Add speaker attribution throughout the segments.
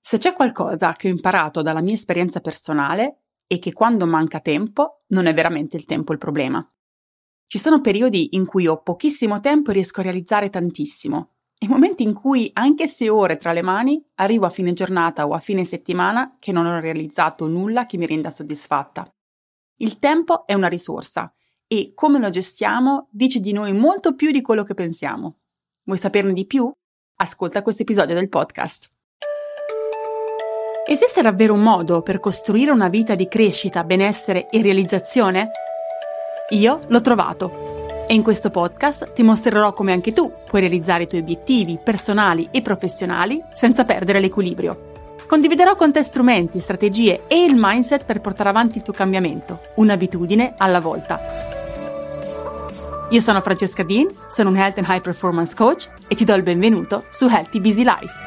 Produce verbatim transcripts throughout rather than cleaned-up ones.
Speaker 1: Se c'è qualcosa che ho imparato dalla mia esperienza personale è che quando manca tempo non è veramente il tempo il problema. Ci sono periodi in cui ho pochissimo tempo e riesco a realizzare tantissimo, e momenti in cui, anche se ho ore tra le mani, arrivo a fine giornata o a fine settimana che non ho realizzato nulla che mi renda soddisfatta. Il tempo è una risorsa e come lo gestiamo dice di noi molto più di quello che pensiamo. Vuoi saperne di più? Ascolta questo episodio del podcast. Esiste davvero un modo per costruire una vita di crescita, benessere e realizzazione? Io l'ho trovato e in questo podcast ti mostrerò come anche tu puoi realizzare i tuoi obiettivi personali e professionali senza perdere l'equilibrio. Condividerò con te strumenti, strategie e il mindset per portare avanti il tuo cambiamento, un'abitudine alla volta. Io sono Francesca Dean, sono un Health and High Performance Coach e ti do il benvenuto su Healthy Busy Life.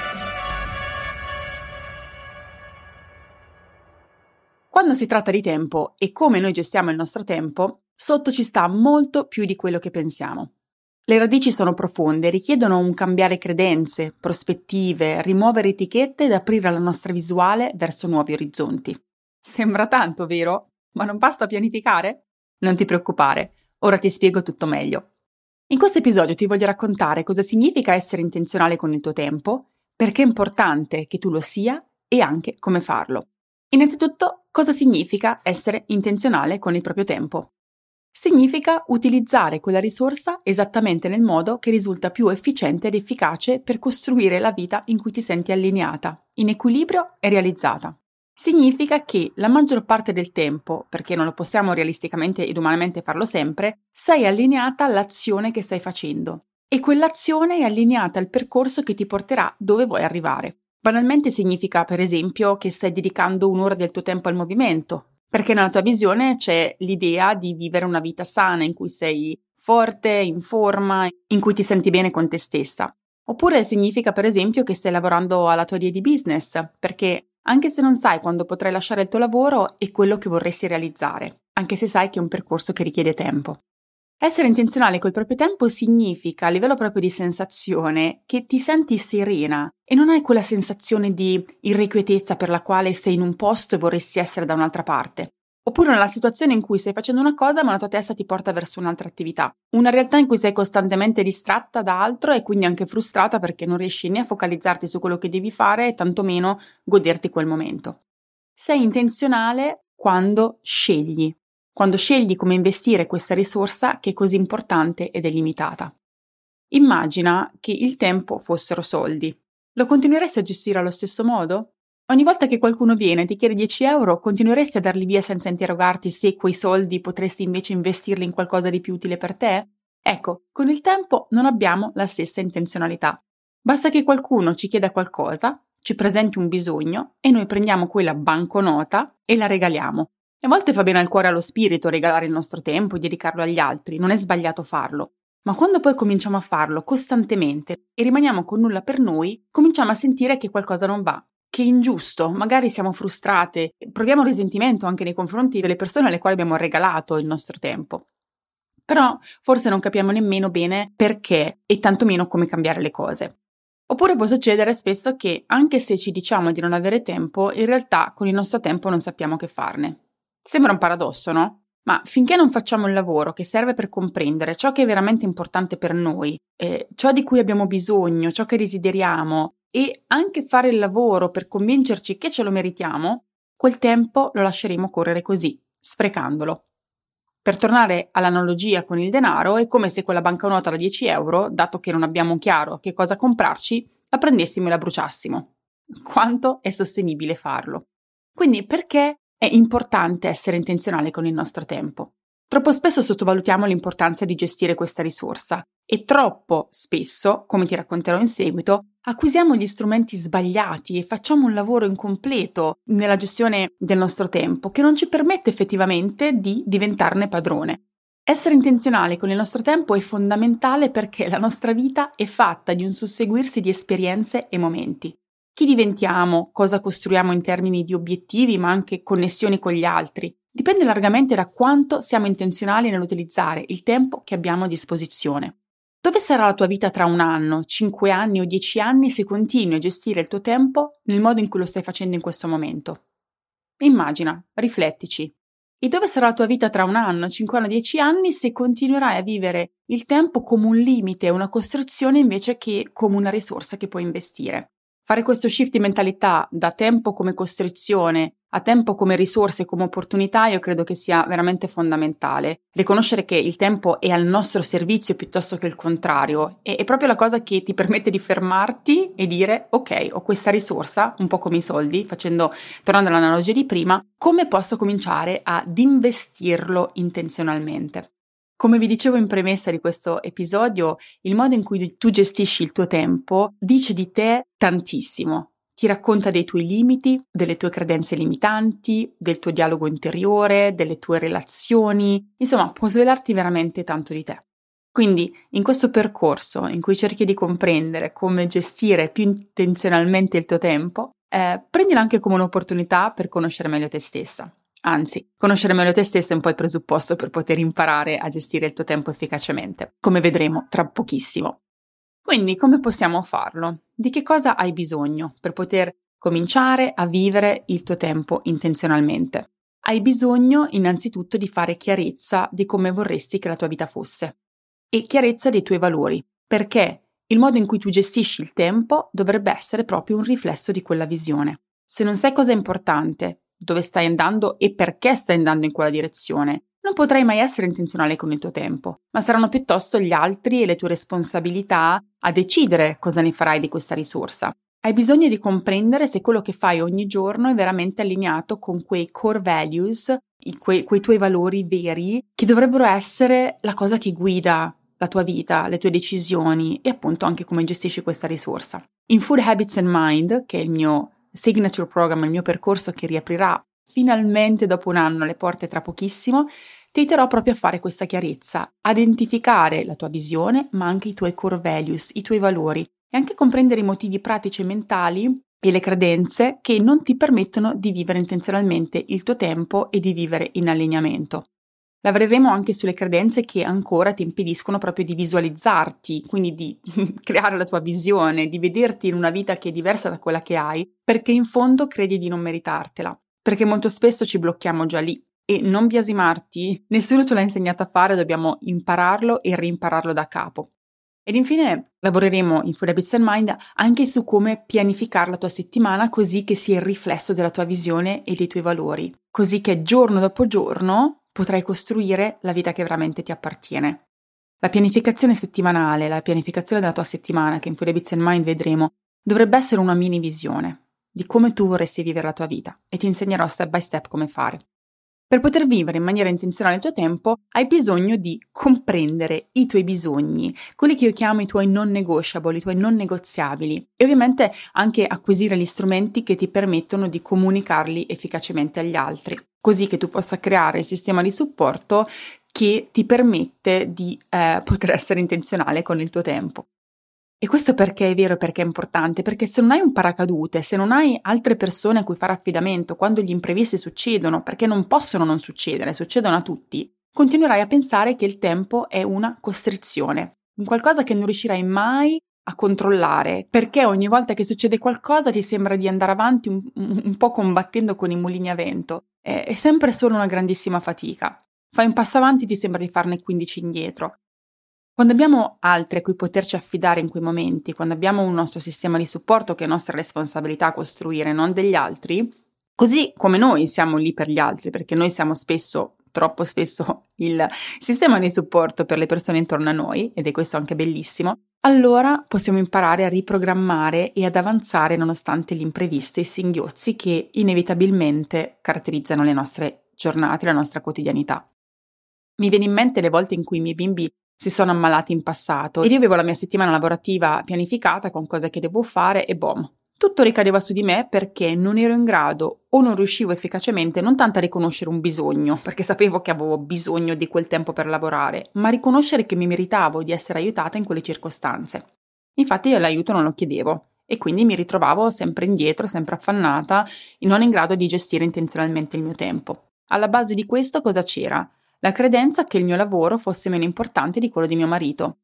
Speaker 1: Quando si tratta di tempo e come noi gestiamo il nostro tempo, sotto ci sta molto più di quello che pensiamo. Le radici sono profonde, richiedono un cambiare credenze, prospettive, rimuovere etichette ed aprire la nostra visuale verso nuovi orizzonti. Sembra tanto, vero? Ma non basta pianificare? Non ti preoccupare, ora ti spiego tutto meglio. In questo episodio ti voglio raccontare cosa significa essere intenzionale con il tuo tempo, perché è importante che tu lo sia e anche come farlo. Innanzitutto, cosa significa essere intenzionale con il proprio tempo? Significa utilizzare quella risorsa esattamente nel modo che risulta più efficiente ed efficace per costruire la vita in cui ti senti allineata, in equilibrio e realizzata. Significa che la maggior parte del tempo, perché non lo possiamo realisticamente ed umanamente farlo sempre, sei allineata all'azione che stai facendo e quell'azione è allineata al percorso che ti porterà dove vuoi arrivare. Banalmente significa, per esempio, che stai dedicando un'ora del tuo tempo al movimento, perché nella tua visione c'è l'idea di vivere una vita sana in cui sei forte, in forma, in cui ti senti bene con te stessa. Oppure significa, per esempio, che stai lavorando alla tua idea di business, perché anche se non sai quando potrai lasciare il tuo lavoro, è quello che vorresti realizzare, anche se sai che è un percorso che richiede tempo. Essere intenzionale col proprio tempo significa, a livello proprio di sensazione, che ti senti serena e non hai quella sensazione di irrequietezza per la quale sei in un posto e vorresti essere da un'altra parte. Oppure nella situazione in cui stai facendo una cosa ma la tua testa ti porta verso un'altra attività. Una realtà in cui sei costantemente distratta da altro e quindi anche frustrata perché non riesci né a focalizzarti su quello che devi fare e tantomeno goderti quel momento. Sei intenzionale quando scegli. Quando scegli come investire questa risorsa che è così importante ed è limitata. Immagina che il tempo fossero soldi. Lo continueresti a gestire allo stesso modo? Ogni volta che qualcuno viene e ti chiede dieci euro, continueresti a darli via senza interrogarti se quei soldi potresti invece investirli in qualcosa di più utile per te? Ecco, con il tempo non abbiamo la stessa intenzionalità. Basta che qualcuno ci chieda qualcosa, ci presenti un bisogno e noi prendiamo quella banconota e la regaliamo. E a volte fa bene al cuore e allo spirito regalare il nostro tempo e dedicarlo agli altri, non è sbagliato farlo. Ma quando poi cominciamo a farlo costantemente e rimaniamo con nulla per noi, cominciamo a sentire che qualcosa non va, che è ingiusto, magari siamo frustrate, proviamo risentimento anche nei confronti delle persone alle quali abbiamo regalato il nostro tempo. Però forse non capiamo nemmeno bene perché e tantomeno come cambiare le cose. Oppure può succedere spesso che, anche se ci diciamo di non avere tempo, in realtà con il nostro tempo non sappiamo che farne. Sembra un paradosso, no? Ma finché non facciamo il lavoro che serve per comprendere ciò che è veramente importante per noi, eh, ciò di cui abbiamo bisogno, ciò che desideriamo e anche fare il lavoro per convincerci che ce lo meritiamo, quel tempo lo lasceremo correre così, sprecandolo. Per tornare all'analogia con il denaro, è come se quella banconota da dieci euro, dato che non abbiamo chiaro che cosa comprarci, la prendessimo e la bruciassimo. Quanto è sostenibile farlo? Quindi perché è importante essere intenzionale con il nostro tempo? Troppo spesso sottovalutiamo l'importanza di gestire questa risorsa e troppo spesso, come ti racconterò in seguito, acquisiamo gli strumenti sbagliati e facciamo un lavoro incompleto nella gestione del nostro tempo che non ci permette effettivamente di diventarne padrone. Essere intenzionale con il nostro tempo è fondamentale perché la nostra vita è fatta di un susseguirsi di esperienze e momenti. Chi diventiamo, cosa costruiamo in termini di obiettivi, ma anche connessioni con gli altri, dipende largamente da quanto siamo intenzionali nell'utilizzare il tempo che abbiamo a disposizione. Dove sarà la tua vita tra un anno, cinque anni o dieci anni se continui a gestire il tuo tempo nel modo in cui lo stai facendo in questo momento? Immagina, riflettici. E dove sarà la tua vita tra un anno, cinque anni o dieci anni se continuerai a vivere il tempo come un limite, una costrizione invece che come una risorsa che puoi investire? Fare questo shift di mentalità da tempo come costrizione a tempo come risorse, come opportunità, io credo che sia veramente fondamentale. Riconoscere che il tempo è al nostro servizio piuttosto che il contrario è, è proprio la cosa che ti permette di fermarti e dire ok, ho questa risorsa, un po' come i soldi, facendo, tornando all'analogia di prima, come posso cominciare ad investirlo intenzionalmente? Come vi dicevo in premessa di questo episodio, il modo in cui tu gestisci il tuo tempo dice di te tantissimo. Ti racconta dei tuoi limiti, delle tue credenze limitanti, del tuo dialogo interiore, delle tue relazioni, insomma, può svelarti veramente tanto di te. Quindi, in questo percorso in cui cerchi di comprendere come gestire più intenzionalmente il tuo tempo, eh, prendila anche come un'opportunità per conoscere meglio te stessa. Anzi, conoscere meglio te stessa è un po' il presupposto per poter imparare a gestire il tuo tempo efficacemente, come vedremo tra pochissimo. Quindi, come possiamo farlo? Di che cosa hai bisogno per poter cominciare a vivere il tuo tempo intenzionalmente? Hai bisogno innanzitutto di fare chiarezza di come vorresti che la tua vita fosse e chiarezza dei tuoi valori, perché il modo in cui tu gestisci il tempo dovrebbe essere proprio un riflesso di quella visione. Se non sai cosa è importante, dove stai andando e perché stai andando in quella direzione, non potrai mai essere intenzionale con il tuo tempo, ma saranno piuttosto gli altri e le tue responsabilità a decidere cosa ne farai di questa risorsa. Hai bisogno di comprendere se quello che fai ogni giorno è veramente allineato con quei core values, quei, quei tuoi valori veri, che dovrebbero essere la cosa che guida la tua vita, le tue decisioni e appunto anche come gestisci questa risorsa. In Food Habits and Mind, che è il mio signature program, il mio percorso che riaprirà finalmente dopo un anno le porte tra pochissimo, ti aiuterò proprio a fare questa chiarezza, a identificare la tua visione, ma anche i tuoi core values, i tuoi valori e anche comprendere i motivi pratici e mentali e le credenze che non ti permettono di vivere intenzionalmente il tuo tempo e di vivere in allineamento. Lavoreremo anche sulle credenze che ancora ti impediscono proprio di visualizzarti, quindi di creare la tua visione, di vederti in una vita che è diversa da quella che hai, perché in fondo credi di non meritartela. Perché molto spesso ci blocchiamo già lì e non biasimarti, nessuno ce l'ha insegnato a fare, dobbiamo impararlo e rimpararlo da capo. Ed infine lavoreremo in Food Habits and Mind anche su come pianificare la tua settimana così che sia il riflesso della tua visione e dei tuoi valori, così che giorno dopo giorno potrai costruire la vita che veramente ti appartiene. La pianificazione settimanale, la pianificazione della tua settimana, che in Food Habits and Mind vedremo, dovrebbe essere una mini visione di come tu vorresti vivere la tua vita e ti insegnerò step by step come fare. Per poter vivere in maniera intenzionale il tuo tempo, hai bisogno di comprendere i tuoi bisogni, quelli che io chiamo i tuoi non negotiable, i tuoi non negoziabili, e ovviamente anche acquisire gli strumenti che ti permettono di comunicarli efficacemente agli altri, così che tu possa creare il sistema di supporto che ti permette di eh, poter essere intenzionale con il tuo tempo. E questo perché è vero e perché è importante? Perché se non hai un paracadute, se non hai altre persone a cui fare affidamento quando gli imprevisti succedono, perché non possono non succedere, succedono a tutti, continuerai a pensare che il tempo è una costrizione, un qualcosa che non riuscirai mai a controllare, perché ogni volta che succede qualcosa ti sembra di andare avanti un, un, un po' combattendo con i mulini a vento. È, è sempre solo una grandissima fatica. Fai un passo avanti, ti sembra di farne quindici indietro. Quando abbiamo altri a cui poterci affidare in quei momenti, quando abbiamo un nostro sistema di supporto che è nostra responsabilità costruire, non degli altri, così come noi siamo lì per gli altri, perché noi siamo spesso, troppo spesso, il sistema di supporto per le persone intorno a noi, ed è questo anche bellissimo, allora possiamo imparare a riprogrammare e ad avanzare nonostante gli imprevisti e i singhiozzi che inevitabilmente caratterizzano le nostre giornate, la nostra quotidianità. Mi viene in mente le volte in cui i miei bimbi si sono ammalati in passato ed io avevo la mia settimana lavorativa pianificata con cose che devo fare e boom, tutto ricadeva su di me perché non ero in grado o non riuscivo efficacemente non tanto a riconoscere un bisogno, perché sapevo che avevo bisogno di quel tempo per lavorare, ma a riconoscere che mi meritavo di essere aiutata in quelle circostanze. Infatti io l'aiuto non lo chiedevo e quindi mi ritrovavo sempre indietro, sempre affannata, non in grado di gestire intenzionalmente il mio tempo. Alla base di questo cosa c'era? La credenza che il mio lavoro fosse meno importante di quello di mio marito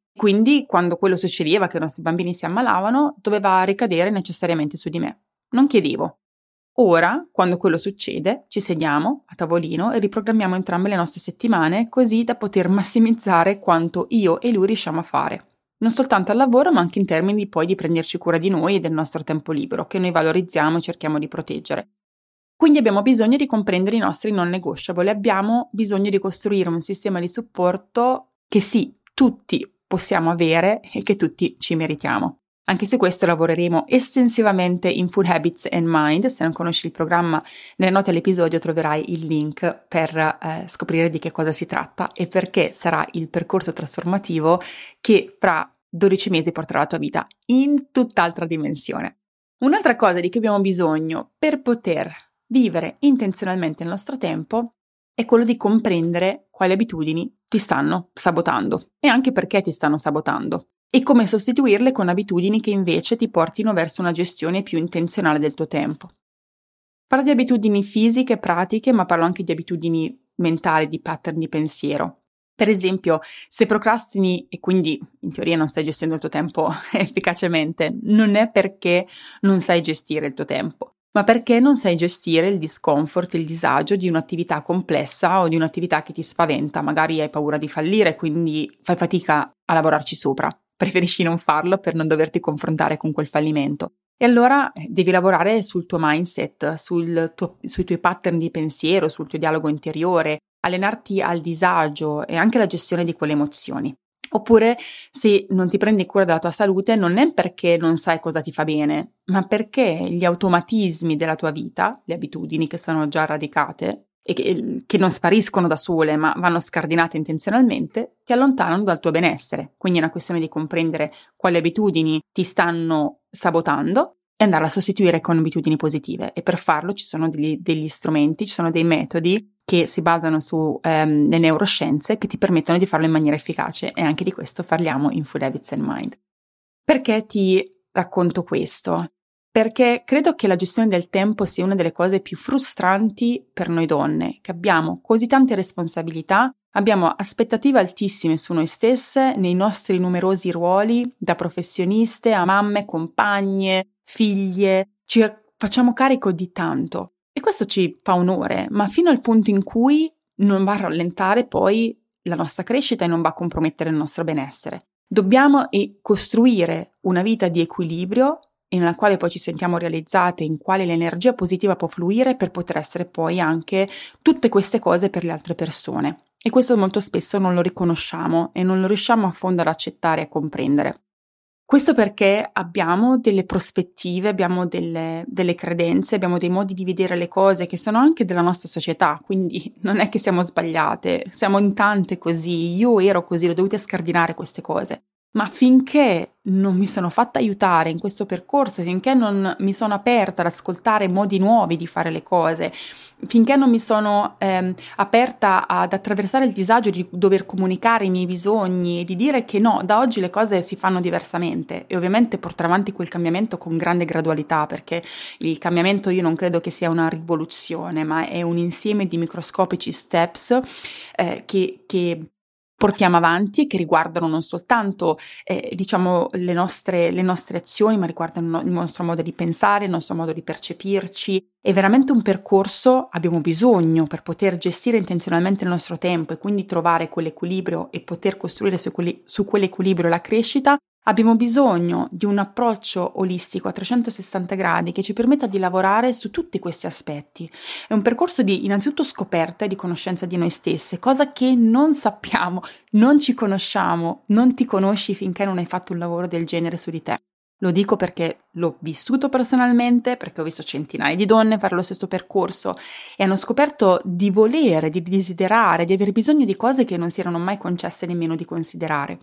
Speaker 1: Quindi quando quello succedeva, che i nostri bambini si ammalavano, doveva ricadere necessariamente su di me. Non chiedevo. Ora, quando quello succede, ci sediamo a tavolino e riprogrammiamo entrambe le nostre settimane così da poter massimizzare quanto io e lui riusciamo a fare. Non soltanto al lavoro, ma anche in termini poi di prenderci cura di noi e del nostro tempo libero, che noi valorizziamo e cerchiamo di proteggere. Quindi abbiamo bisogno di comprendere i nostri non negotiable, abbiamo bisogno di costruire un sistema di supporto che sì, tutti possiamo avere e che tutti ci meritiamo. Anche se questo lavoreremo estensivamente in Food Habits and Mind. Se non conosci il programma, nelle note all'episodio troverai il link per eh, scoprire di che cosa si tratta e perché sarà il percorso trasformativo che fra dodici mesi porterà la tua vita in tutt'altra dimensione. Un'altra cosa di cui abbiamo bisogno per poter vivere intenzionalmente il nostro tempo è quello di comprendere quali abitudini ti stanno sabotando e anche perché ti stanno sabotando e come sostituirle con abitudini che invece ti portino verso una gestione più intenzionale del tuo tempo. Parlo di abitudini fisiche, pratiche, ma parlo anche di abitudini mentali, di pattern di pensiero. Per esempio, se procrastini e quindi in teoria non stai gestendo il tuo tempo efficacemente, non è perché non sai gestire il tuo tempo, ma perché non sai gestire il discomfort, il disagio di un'attività complessa o di un'attività che ti spaventa. Magari hai paura di fallire, quindi fai fatica a lavorarci sopra. Preferisci non farlo per non doverti confrontare con quel fallimento. E allora devi lavorare sul tuo mindset, sul tuo, sui tuoi pattern di pensiero, sul tuo dialogo interiore, allenarti al disagio e anche alla gestione di quelle emozioni. Oppure, se non ti prendi cura della tua salute, non è perché non sai cosa ti fa bene, ma perché gli automatismi della tua vita, le abitudini che sono già radicate e che, che non spariscono da sole, ma vanno scardinate intenzionalmente, ti allontanano dal tuo benessere. Quindi è una questione di comprendere quali abitudini ti stanno sabotando e andarla a sostituire con abitudini positive. E per farlo ci sono degli, degli strumenti, ci sono dei metodi che si basano sulle ehm, neuroscienze che ti permettono di farlo in maniera efficace, e anche di questo parliamo in Food Habits and Mind. Perché ti racconto questo? Perché credo che la gestione del tempo sia una delle cose più frustranti per noi donne, che abbiamo così tante responsabilità, abbiamo aspettative altissime su noi stesse nei nostri numerosi ruoli, da professioniste a mamme, compagne, figlie, ci facciamo carico di tanto. E questo ci fa onore, ma fino al punto in cui non va a rallentare poi la nostra crescita e non va a compromettere il nostro benessere. Dobbiamo e costruire una vita di equilibrio e nella quale poi ci sentiamo realizzate, in quale l'energia positiva può fluire per poter essere poi anche tutte queste cose per le altre persone. E questo molto spesso non lo riconosciamo e non lo riusciamo a fondo ad accettare e a comprendere. Questo perché abbiamo delle prospettive, abbiamo delle, delle credenze, abbiamo dei modi di vedere le cose che sono anche della nostra società, quindi non è che siamo sbagliate, siamo in tante così, io ero così, ho dovuto scardinare queste cose. Ma finché non mi sono fatta aiutare in questo percorso, finché non mi sono aperta ad ascoltare modi nuovi di fare le cose, finché non mi sono ehm, aperta ad attraversare il disagio di dover comunicare i miei bisogni e di dire che no, da oggi le cose si fanno diversamente, e ovviamente portare avanti quel cambiamento con grande gradualità, perché il cambiamento io non credo che sia una rivoluzione, ma è un insieme di microscopici steps eh, che, che portiamo avanti, che riguardano non soltanto eh, diciamo le nostre, le nostre azioni, ma riguardano il nostro modo di pensare, il nostro modo di percepirci. È veramente un percorso, abbiamo bisogno per poter gestire intenzionalmente il nostro tempo e quindi trovare quell'equilibrio e poter costruire su, quelli, su quell'equilibrio la crescita. Abbiamo bisogno di un approccio olistico a trecentosessanta gradi che ci permetta di lavorare su tutti questi aspetti. È un percorso di innanzitutto scoperta e di conoscenza di noi stesse, cosa che non sappiamo, non ci conosciamo, non ti conosci finché non hai fatto un lavoro del genere su di te. Lo dico perché l'ho vissuto personalmente, perché ho visto centinaia di donne fare lo stesso percorso e hanno scoperto di volere, di desiderare, di aver bisogno di cose che non si erano mai concesse nemmeno di considerare.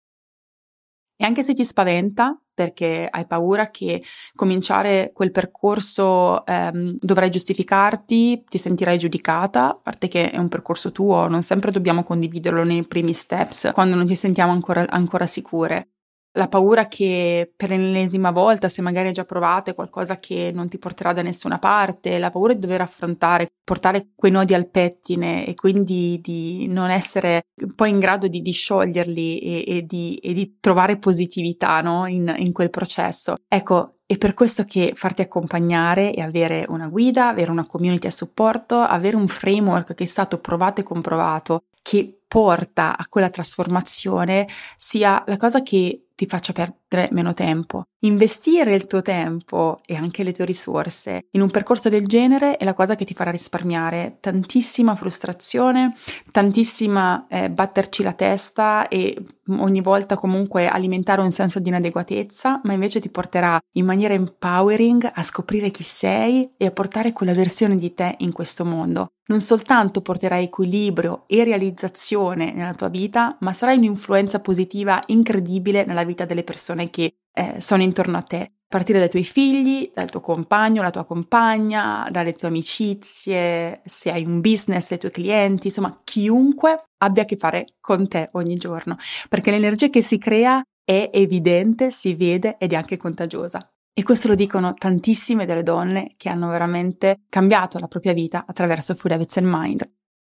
Speaker 1: E anche se ti spaventa, perché hai paura che cominciare quel percorso ehm, dovrai giustificarti, ti sentirai giudicata, a parte che è un percorso tuo, non sempre dobbiamo condividerlo nei primi steps, quando non ci sentiamo ancora, ancora sicure. la paura che per l'ennesima volta, se magari hai già provato, è qualcosa che non ti porterà da nessuna parte, la paura di dover affrontare, portare quei nodi al pettine e quindi di non essere poi in grado di, di scioglierli e, e, di, e di trovare positività, no? in, in quel processo. Ecco, è per questo che farti accompagnare e avere una guida, avere una community a supporto, avere un framework che è stato provato e comprovato, che porta a quella trasformazione, sia la cosa che ti faccia perdere meno tempo. Investire il tuo tempo e anche le tue risorse in un percorso del genere è la cosa che ti farà risparmiare tantissima frustrazione, tantissima eh, batterci la testa e ogni volta comunque alimentare un senso di inadeguatezza, ma invece ti porterà in maniera empowering a scoprire chi sei e a portare quella versione di te in questo mondo. Non soltanto porterai equilibrio e realizzazione nella tua vita, ma sarai un'influenza positiva incredibile nella vita delle persone che eh, sono intorno a te. A partire dai tuoi figli, dal tuo compagno, la tua compagna, dalle tue amicizie, se hai un business, dai tuoi clienti, insomma chiunque abbia a che fare con te ogni giorno, perché l'energia che si crea è evidente, si vede ed è anche contagiosa. E questo lo dicono tantissime delle donne che hanno veramente cambiato la propria vita attraverso Food Habits and Mind.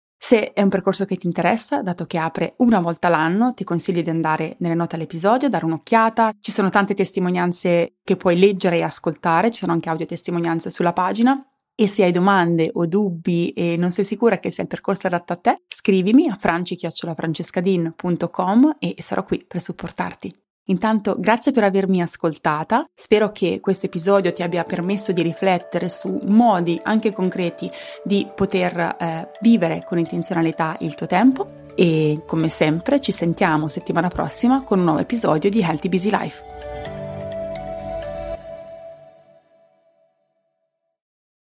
Speaker 1: Se è un percorso che ti interessa, dato che apre una volta l'anno, ti consiglio di andare nelle note all'episodio, dare un'occhiata. Ci sono tante testimonianze che puoi leggere e ascoltare, ci sono anche audio testimonianze sulla pagina. E se hai domande o dubbi e non sei sicura che sia il percorso adatto a te, scrivimi a franci chiocciola francescadin punto com e sarò qui per supportarti. Intanto grazie per avermi ascoltata, spero che questo episodio ti abbia permesso di riflettere su modi anche concreti di poter eh, vivere con intenzionalità il tuo tempo e come sempre ci sentiamo settimana prossima con un nuovo episodio di Healthy Busy Life.